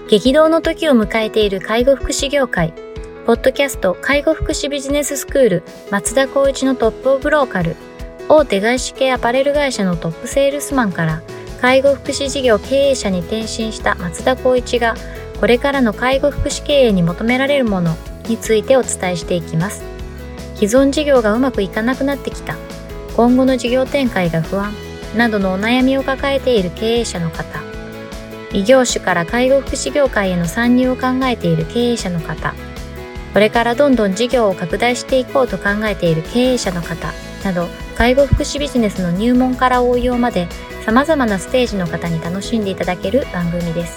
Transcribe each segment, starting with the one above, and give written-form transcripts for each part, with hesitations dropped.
激動の時を迎えている介護福祉業界。ポッドキャスト介護福祉ビジネススクール松田光一のトップオブローカル。大手外資系アパレル会社のトップセールスマンから介護福祉事業経営者に転身した松田光一が、これからの介護福祉経営に求められるものについてお伝えしていきます。既存事業がうまくいかなくなってきた、今後の事業展開が不安などのお悩みを抱えている経営者の方、異業種から介護福祉業界への参入を考えている経営者の方、これからどんどん事業を拡大していこうと考えている経営者の方など、介護福祉ビジネスの入門から応用まで様々なステージの方に楽しんでいただける番組です。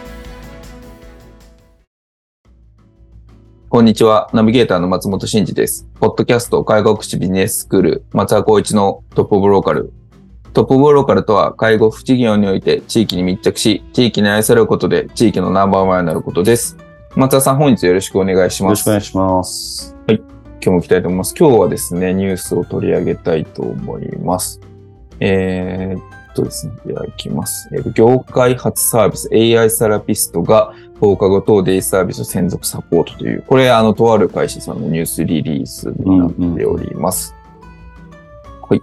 こんにちは。ナビゲーターの松本真嗣です。ポッドキャスト介護福祉ビジネススクール松田光一のトップオブローカル。トップオブローカルとは、介護福祉業において地域に密着し、地域に愛されることで地域のナンバーワンになることです。松田さん、本日よろしくお願いします。 よろしくお願いします。 はい。今日も行きたいと思います。今日はですね、ニュースを取り上げたいと思います。ですね。では行きます。業界初サービス AI セラピストが放課後等デイサービス専属サポートという、これとある会社さんのニュースリリースになっております。はい。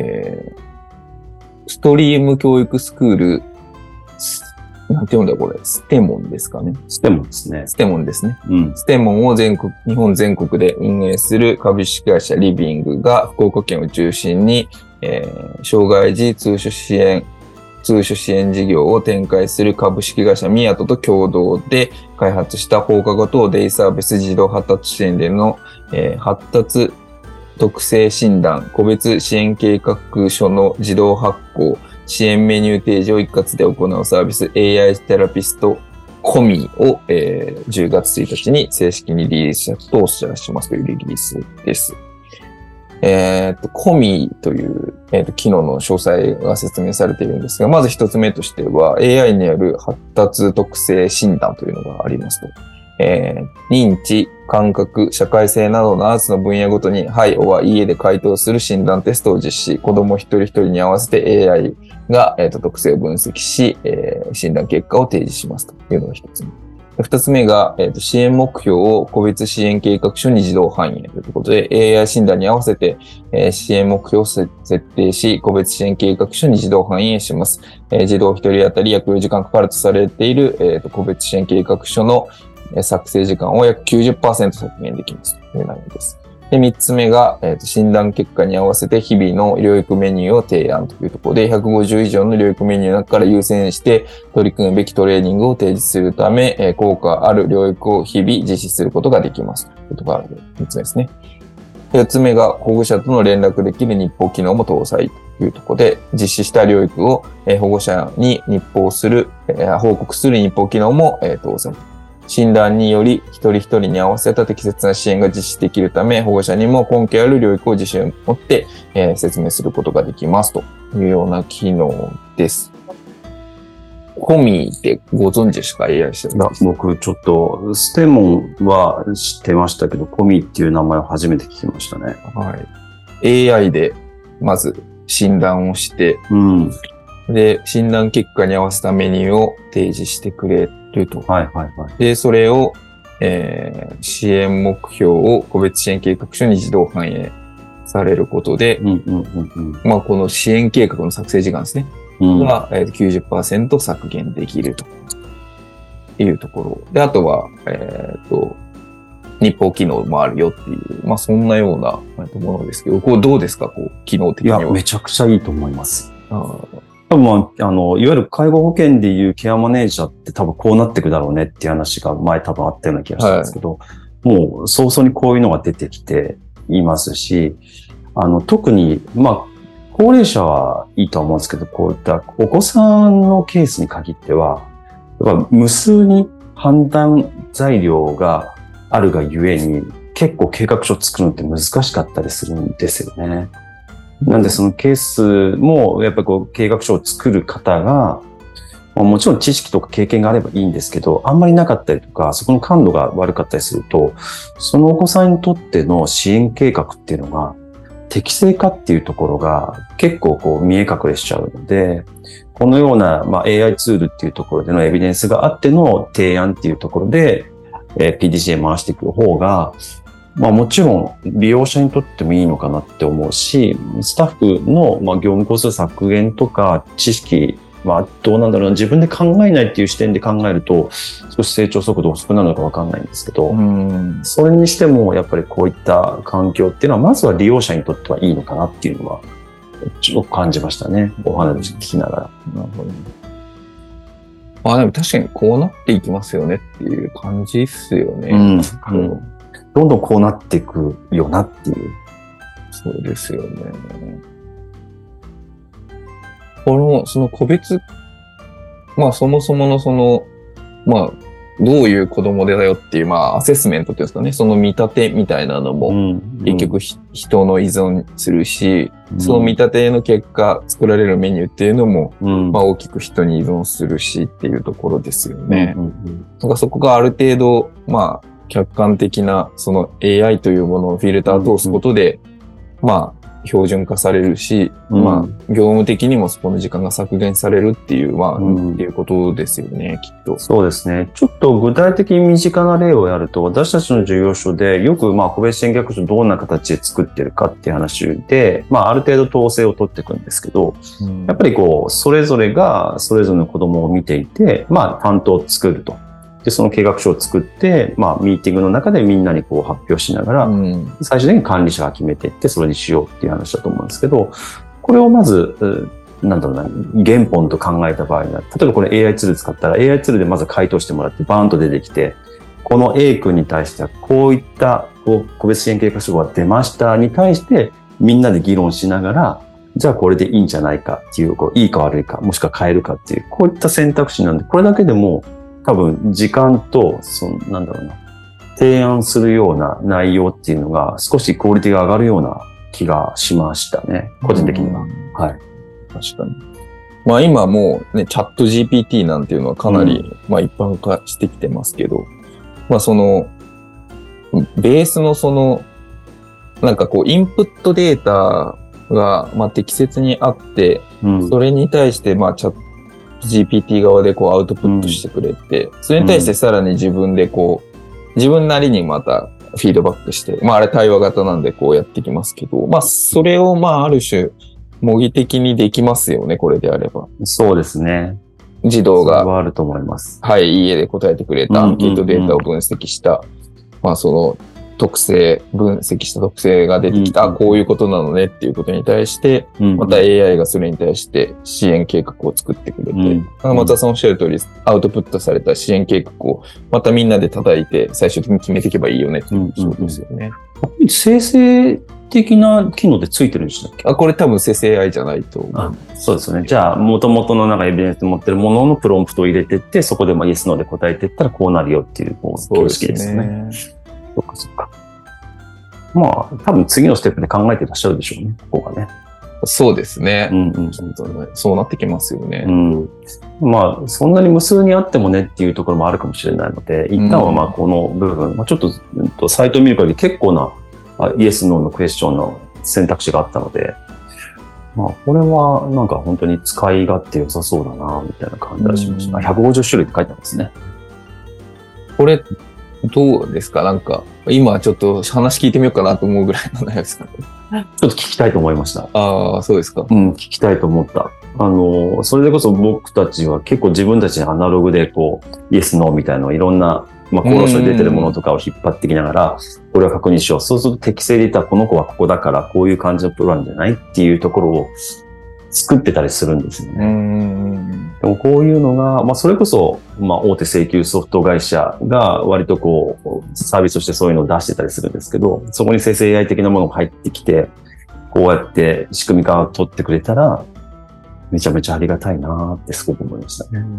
ストリーム教育スクール、なんて読んだこれ、ステモンですかね。 ステモンですね。 ステモンですね。ステモンを日本全国で運営する株式会社リビングが福岡県を中心に、障害児通所支援事業を展開する株式会社ミヤトと共同で開発した放課後等デイサービス児童発達支援での、発達特性診断、個別支援計画書の自動発行、支援メニュー提示を一括で行うサービス AI セラピストコミを、10月1日に正式にリリースしたとお知らせしますというリリースです。コミという、機能の詳細が説明されているんですが、まず一つ目としては AI による発達特性診断というのがありますと。認知、感覚、社会性などの7つの分野ごとに、はい、いいえで回答する診断テストを実施。子供一人一人に合わせて AI が、特性を分析し、診断結果を提示しますというのが一つ目。二つ目が、支援目標を個別支援計画書に自動反映ということで、AI 診断に合わせて、支援目標を設定し、個別支援計画書に自動反映します。児童一人当たり約4時間かかるとされている、個別支援計画書の作成時間を約 90% 削減できますという内容です。で、三つ目が、診断結果に合わせて日々の療育メニューを提案というところで、150以上の療育メニューの中から優先して取り組むべきトレーニングを提示するため、効果ある療育を日々実施することができますということが3つ目ですね。4つ目が保護者との連絡できる日報機能も搭載というところで、実施した療育を保護者に報告する日報機能も搭載。診断により一人一人に合わせた適切な支援が実施できるため、保護者にも根拠ある療育を自信を持って、説明することができますというような機能です。コミってご存知ですか？ AI してる。 僕ちょっとステモンは知ってましたけど、コミっていう名前を初めて聞きましたね。 はい。AI でまず診断をして、で、診断結果に合わせたメニューを提示してくれると。で、それを、支援目標を個別支援計画書に自動反映されることで、まあ、この支援計画の作成時間ですね。が、90% 削減できるというところ。で、あとは、日報機能もあるよっていう、まあ、そんなようなものですけど、これどうですか？機能的には。 いや、めちゃくちゃいいと思います。多分いわゆる介護保険でいうケアマネージャーって多分こうなってくだろうねっていう話が前多分あったような気がしたんですけど、もう早々にこういうのが出てきていますし、特に、高齢者はいいと思うんですけど、こういったお子さんのケースに限っては、やっぱ無数に判断材料があるがゆえに、結構計画書を作るのって難しかったりするんですよね。なんでそのケースもやっぱり計画書を作る方がもちろん知識とか経験があればいいんですけど、あんまりなかったりとか、そこの感度が悪かったりすると、そのお子さんにとっての支援計画っていうのが適正かっていうところが結構見え隠れしちゃうので、 このような、AI ツールっていうところでのエビデンスがあっての提案っていうところで、PDCA 回していく方が、もちろん利用者にとってもいいのかなって思うし、スタッフの、業務コスト削減とか知識、どうなんだろうな、自分で考えないっていう視点で考えると、少し成長速度遅くなるのかわかんないんですけど、それにしてもやっぱりこういった環境っていうのは、まずは利用者にとってはいいのかなっていうのは、ちょっと感じましたね。お話聞きながら。 なるほど。でも確かにこうなっていきますよねっていう感じっすよね。 どんどんこうなっていくよなっていう。 そうですよね。その個別、そもそものどういう子供だよっていう、アセスメントっていうんですかね、その見立てみたいなのも、結局人の依存するし、その見立ての結果、作られるメニューっていうのも、大きく人に依存するしっていうところですよね。そこがある程度、客観的な、その AI というものをフィルターを通すことで、標準化されるし、業務的にもそこの時間が削減されるっていう、っていうことですよね、きっと。 そうですね。ちょっと具体的に身近な例をやると、私たちの事業所でよく、個別支援客所どんな形で作ってるかっていう話で、ある程度統制を取っていくんですけど、やっぱりそれぞれがそれぞれの子供を見ていて、担当を作ると。で、その計画書を作って、ミーティングの中でみんなに発表しながら、最終的に管理者が決めていって、それにしようっていう話だと思うんですけど、これをまず、原本と考えた場合には、例えばこれ AI ツール使ったら、AI ツールでまず回答してもらって、バーンと出てきて、この A 君に対しては、こういった個別支援計画書が出ましたに対して、みんなで議論しながら、じゃあこれでいいんじゃないかっていう、いいか悪いか、もしくは変えるかっていう、こういった選択肢なんで、これだけでも、多分時間と提案するような内容っていうのが少しクオリティが上がるような気がしましたね、個人的には。はい。 確かに。今もうね、チャット GPT なんていうのはかなり、一般化してきてますけど、ベースのインプットデータが適切にあって、それに対してチャットGPT 側でアウトプットしてくれて、それに対してさらに自分で自分なりにまたフィードバックして、あれ対話型なんでやってきますけど、それをある種、模擬的にできますよね、これであれば。 そうですね。 児童が、 あると思います。 はい、家で答えてくれたアンケートデータを分析した、その特性、分析した特性が出てきた、こういうことなのねっていうことに対して、また AI がそれに対して支援計画を作ってくれて、松田さんおっしゃる通り、アウトプットされた支援計画をまたみんなで叩いて最終的に決めていけばいいよねっていうことですよね。 生成的な機能でついてるんでしたっけ？ これ多分生成 AI じゃないと。 そうですよね。じゃあ、元々のエビデンス持ってるもののプロンプトを入れてって、そこでイエスノーで答えていったらこうなるよっていう形式ですね。そっかそっか。多分次のステップで考えていらっしゃるでしょうね、ここがね。 そうですね。そうなってきますよね。 そんなに無数にあってもねっていうところもあるかもしれないので、一旦はこの部分、ちょっとサイトを見る限り結構なイエス・ノーのクエスチョンの選択肢があったので、これは本当に使い勝手良さそうだな、みたいな感じがしました。150種類って書いてあるんですね。 これ、どうですか？今ちょっと話聞いてみようかなと思うぐらいの内容ですか？ ちょっと聞きたいと思いました。 そうですか。 聞きたいと思った。それでこそ僕たちは結構自分たちにアナログでイエス、ノーみたいなのいろんな、厚労省に出てるものとかを引っ張ってきながら、これは確認しよう。そうすると適正で言ったらこの子はここだからこういう感じのプランじゃないっていうところを作ってたりするんですよね。でもこういうのが、それこそ、大手請求ソフト会社が割とサービスとしてそういうのを出してたりするんですけど、そこに生成 AI 的なものが入ってきて、こうやって仕組み化を取ってくれたら、めちゃめちゃありがたいなってすごく思いましたね。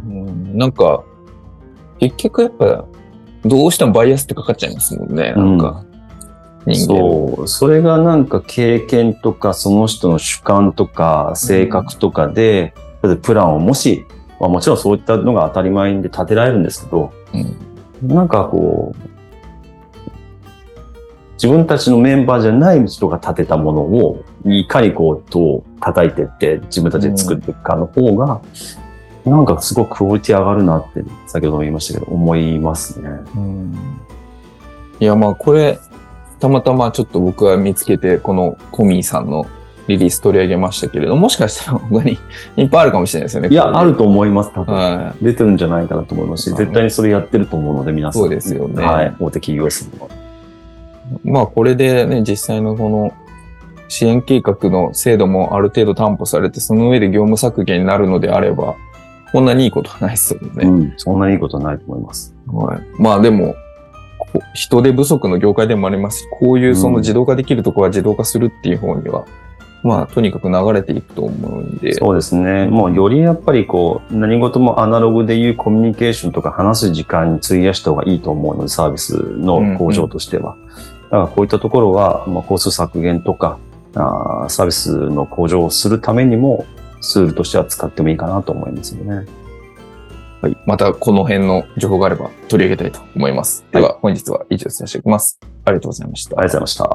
結局やっぱ、どうしてもバイアスってかかっちゃいますもんね、 そう。それが経験とか、その人の主観とか、性格とかで、プランをもちろんそういったのが当たり前で立てられるんですけど、自自分たちのメンバーじゃない人が建てたものを、いかにこう、どう叩いてって自分たちで作っていくかの方が、なんかすごくクオリティ上がるなって、先ほども言いましたけど、思いますね。 いや、まあこれ、たまたまちょっと僕は見つけて、このコミーさんのリリース取り上げましたけれど、もしかしたら他にいっぱいあるかもしれないですよね。 いや、あると思います、多分。 はい、 出てるんじゃないかなと思いますし、絶対にそれやってると思うので、皆さん。 そうですよね。 はい。大手企業するのは。 まあこれでね、実際のこの支援計画の精度もある程度担保されて、その上で業務削減になるのであれば、こんなにいいことはないですよね。 うん、そんなにいいことはないと思います。 はい。まあでも、人手不足の業界でもありますし、こういうその自動化できるところは自動化するっていう方には、まあとにかく流れていくと思うんで。 そうですね。もうよりやっぱりこう、何事もアナログでいうコミュニケーションとか話す時間に費やした方がいいと思うので、サービスの向上としては。だからこういったところは、まあ、コスト削減とかサービスの向上をするためにも、ツールとしては使ってもいいかなと思いますよね。 はい。またこの辺の情報があれば取り上げたいと思います。では本日は以上とさせていただきます。ありがとうございました。 ありがとうございました。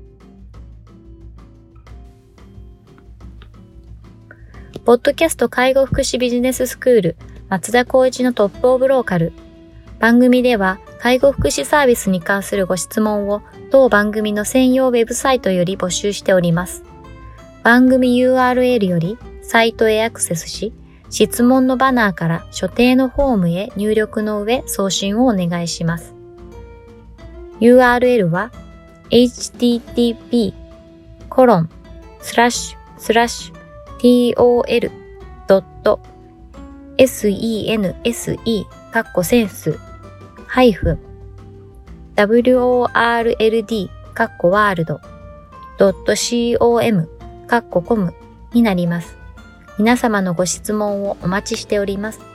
ポッドキャスト介護福祉ビジネススクール松田光一のトップオブローカル。番組では介護福祉サービスに関するご質問を当番組の専用ウェブサイトより募集しております。番組 URL よりサイトへアクセスし、質問のバナーから所定のフォームへ入力の上送信をお願いします。URL は http://tol.sense-world.com になります。皆様のご質問をお待ちしております。